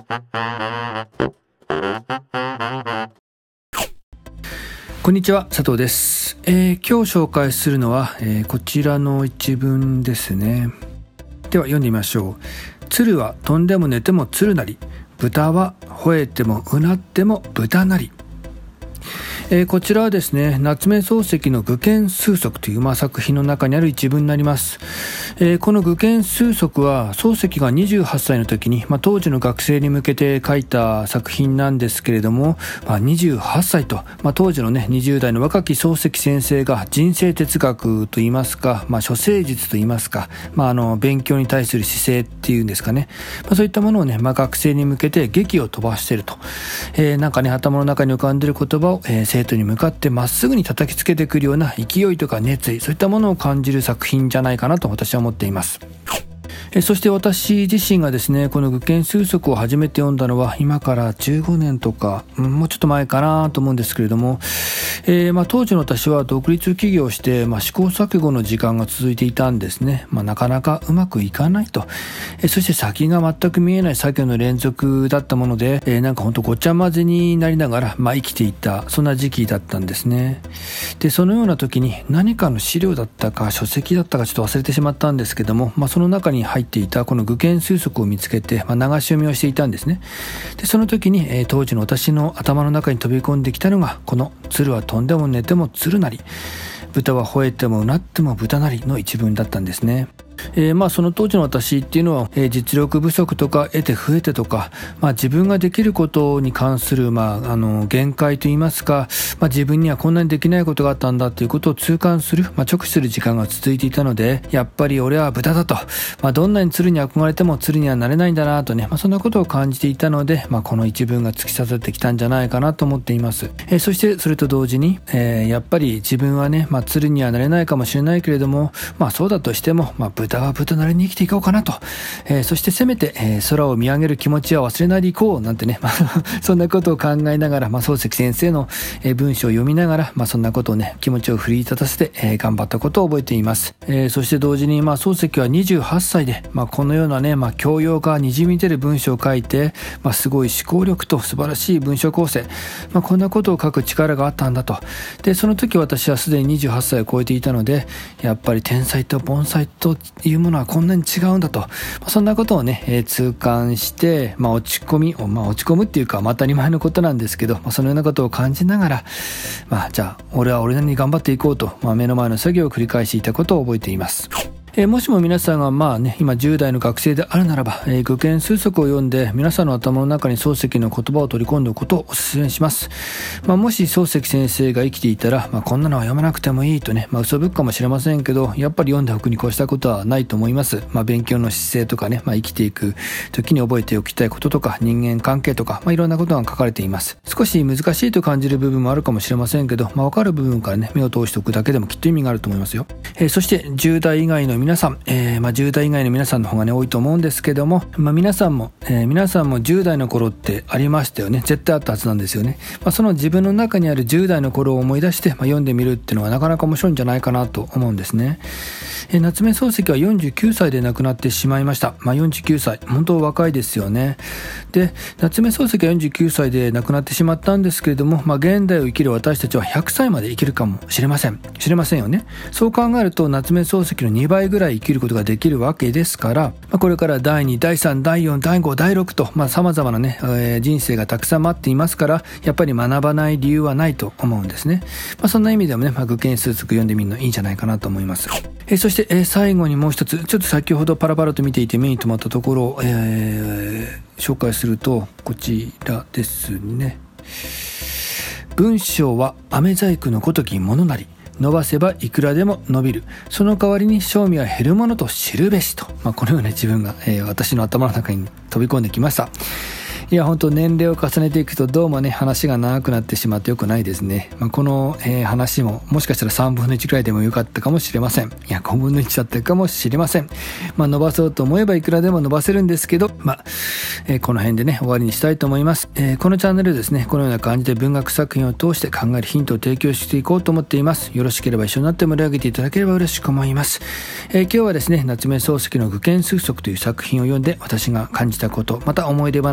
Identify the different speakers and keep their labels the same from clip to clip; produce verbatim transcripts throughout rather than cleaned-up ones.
Speaker 1: こんにちは、佐藤です。えー、今日紹介するのは、えー、こちらの一文ですね。では読んでみましょう。鶴は飛んでも寝ても鶴なり、豚は吠えてもうなっても豚なり。えー、こちらはですね、夏目漱石の愚見数則という、まあ、作品の中にある一文になります。えー、この愚見数則は漱石がにじゅうはっさいの時に、まあ、当時の学生に向けて書いた作品なんですけれども、まあ、にじゅうはっさいと、まあ、当時のねにじゅう代の若き漱石先生が人生哲学といいますか、まあ、処世術といいますか、まあ、あの勉強に対する姿勢っていうんですかね、まあ、そういったものをね、まあ、学生に向けて劇を飛ばしていると、えー、なんかね頭の中に浮かんでいる言葉を、えー、生徒に向かってまっすぐに叩きつけてくるような勢いとか熱意、そういったものを感じる作品じゃないかなと私は思っています。えそして私自身がですね、この愚見数則を初めて読んだのは今からじゅうごねんとか、うん、もうちょっと前かなと思うんですけれども、えーまあ、当時の私は独立起業して、まあ、試行錯誤の時間が続いていたんですね。まあ、なかなかうまくいかないと、えそして先が全く見えない作業の連続だったもので、えー、なんか本当ごちゃ混ぜになりながら、まあ、生きていた、そんな時期だったんですね。でそのような時に何かの資料だったか書籍だったかちょっと忘れてしまったんですけども、まあ、その中に入っていたこの愚見数則を見つけて、まあ、流し読みをしていたんですね。でその時に、えー、当時の私の頭の中に飛び込んできたのがこの鶴は飛んでも寝ても鶴なり、豚は吠えてもうなっても豚なりの一文だったんですね。えー、まあその当時の私っていうのは、えー、実力不足とか得て増えてとか、まあ、自分ができることに関する、まあ、あの限界といいますか、まあ、自分にはこんなにできないことがあったんだということを痛感する、まあ、直視する時間が続いていたので、やっぱり俺は豚だと、まあ、どんなに鶴に憧れても鶴にはなれないんだなとね、まあ、そんなことを感じていたので、まあ、この一文が突き刺さってきたんじゃないかなと思っています。えー、そしてそれと同時に、えー、やっぱり自分はね、まあ、鶴にはなれないかもしれないけれども、まあ、そうだとしても、まあ、豚は豚なりに生きていこうかなと、えー、そしてせめて、えー、空を見上げる気持ちは忘れないでいこうなんてね、まあ、そんなことを考えながら、まあ、漱石先生の、えー、文章を読みながら、まあ、そんなことをね気持ちを奮い立たせて、えー、頑張ったことを覚えています。えー、そして同時に、まあ、漱石はにじゅうはっさいで、まあ、このようなね、まあ、教養がにじみ出る文章を書いて、まあ、すごい思考力と素晴らしい文章構成、まあ、こんなことを書く力があったんだと。でその時私はすでににじゅうはっさいを超えていたので、やっぱり天才と盆栽というものはこんなに違うんだと、まあ、そんなことをね、えー、痛感して、まあ、落ち込み、まあ、落ち込むっていうか、まあ、当たり前のことなんですけど、まあ、そのようなことを感じながら、まあ、じゃあ俺は俺なりに頑張っていこうと、まあ、目の前の作業を繰り返していたことを覚えています。えー、もしも皆さんがまあね今じゅう代の学生であるならば、えー、愚見数則を読んで皆さんの頭の中に漱石の言葉を取り込んでおくことをお勧めします。まあ、もし漱石先生が生きていたら、まあ、こんなのは読まなくてもいいとね、まあ、嘘ぶっかもしれませんけど、やっぱり読んでおくに越したことはないと思います。まあ、勉強の姿勢とかね、まあ、生きていく時に覚えておきたいこととか人間関係とか、まあ、いろんなことが書かれています。少し難しいと感じる部分もあるかもしれませんけど、まあ、分かる部分からね目を通しておくだけでもきっと意味があると思いますよ。えー、そしてじゅう代以外の皆さん、えーまあ、じゅう代以外の皆さんの方がね多いと思うんですけども、まあ、皆さんも、えー、皆さんもじゅう代の頃ってありましたよね。絶対あったはずなんですよね。まあ、その自分の中にあるじゅう代の頃を思い出して、まあ、読んでみるっていうのはなかなか面白いんじゃないかなと思うんですね。えー、夏目漱石はよんじゅうきゅうさいで亡くなってしまいました。まあ、よんじゅうきゅうさい、本当若いですよね。で夏目漱石はよんじゅうきゅうさいで亡くなってしまったんですけれども、まあ、現代を生きる私たちはひゃくさいまで生きるかもしれません知れませんよね。そう考えると夏目漱石のにばいぐらい生きることができるわけですから、まあ、これからだいにだいさんだいよんだいごだいろくと、まあ、様々なね、えー、人生がたくさん待っていますから、やっぱり学ばない理由はないと思うんですね。まあ、そんな意味でもね、まあ、愚見数則読んでみるのいいんじゃないかなと思います。えー、そして、えー、最後にもう一つ、ちょっと先ほどパラパラと見ていて目に留まったところを、えー、紹介するとこちらですね。文章は飴細工のごときものなり、伸ばせばいくらでも伸びる。その代わりに賞味は減るものと知るべしと、まあ、このような自分が、えー、私の頭の中に飛び込んできました。いや本当年齢を重ねていくとどうもね話が長くなってしまってよくないですね。まあ、この、えー、話ももしかしたらさんぶんのいちくらいでもよかったかもしれません。いやごぶんのいちだったかもしれません。まあ、伸ばそうと思えばいくらでも伸ばせるんですけど、まあえー、この辺でね終わりにしたいと思います。えー、このチャンネルですねこのような感じで文学作品を通して考えるヒントを提供していこうと思っています。よろしければ一緒になって盛り上げていただければ嬉しく思います。えー、今日はですね夏目漱石の愚見数則という作品を読んで私が感じたことまた思い出話なんかを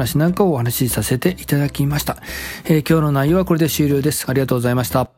Speaker 1: ことをお話しさせていただきました。えー、今日の内容はこれで終了です。ありがとうございました。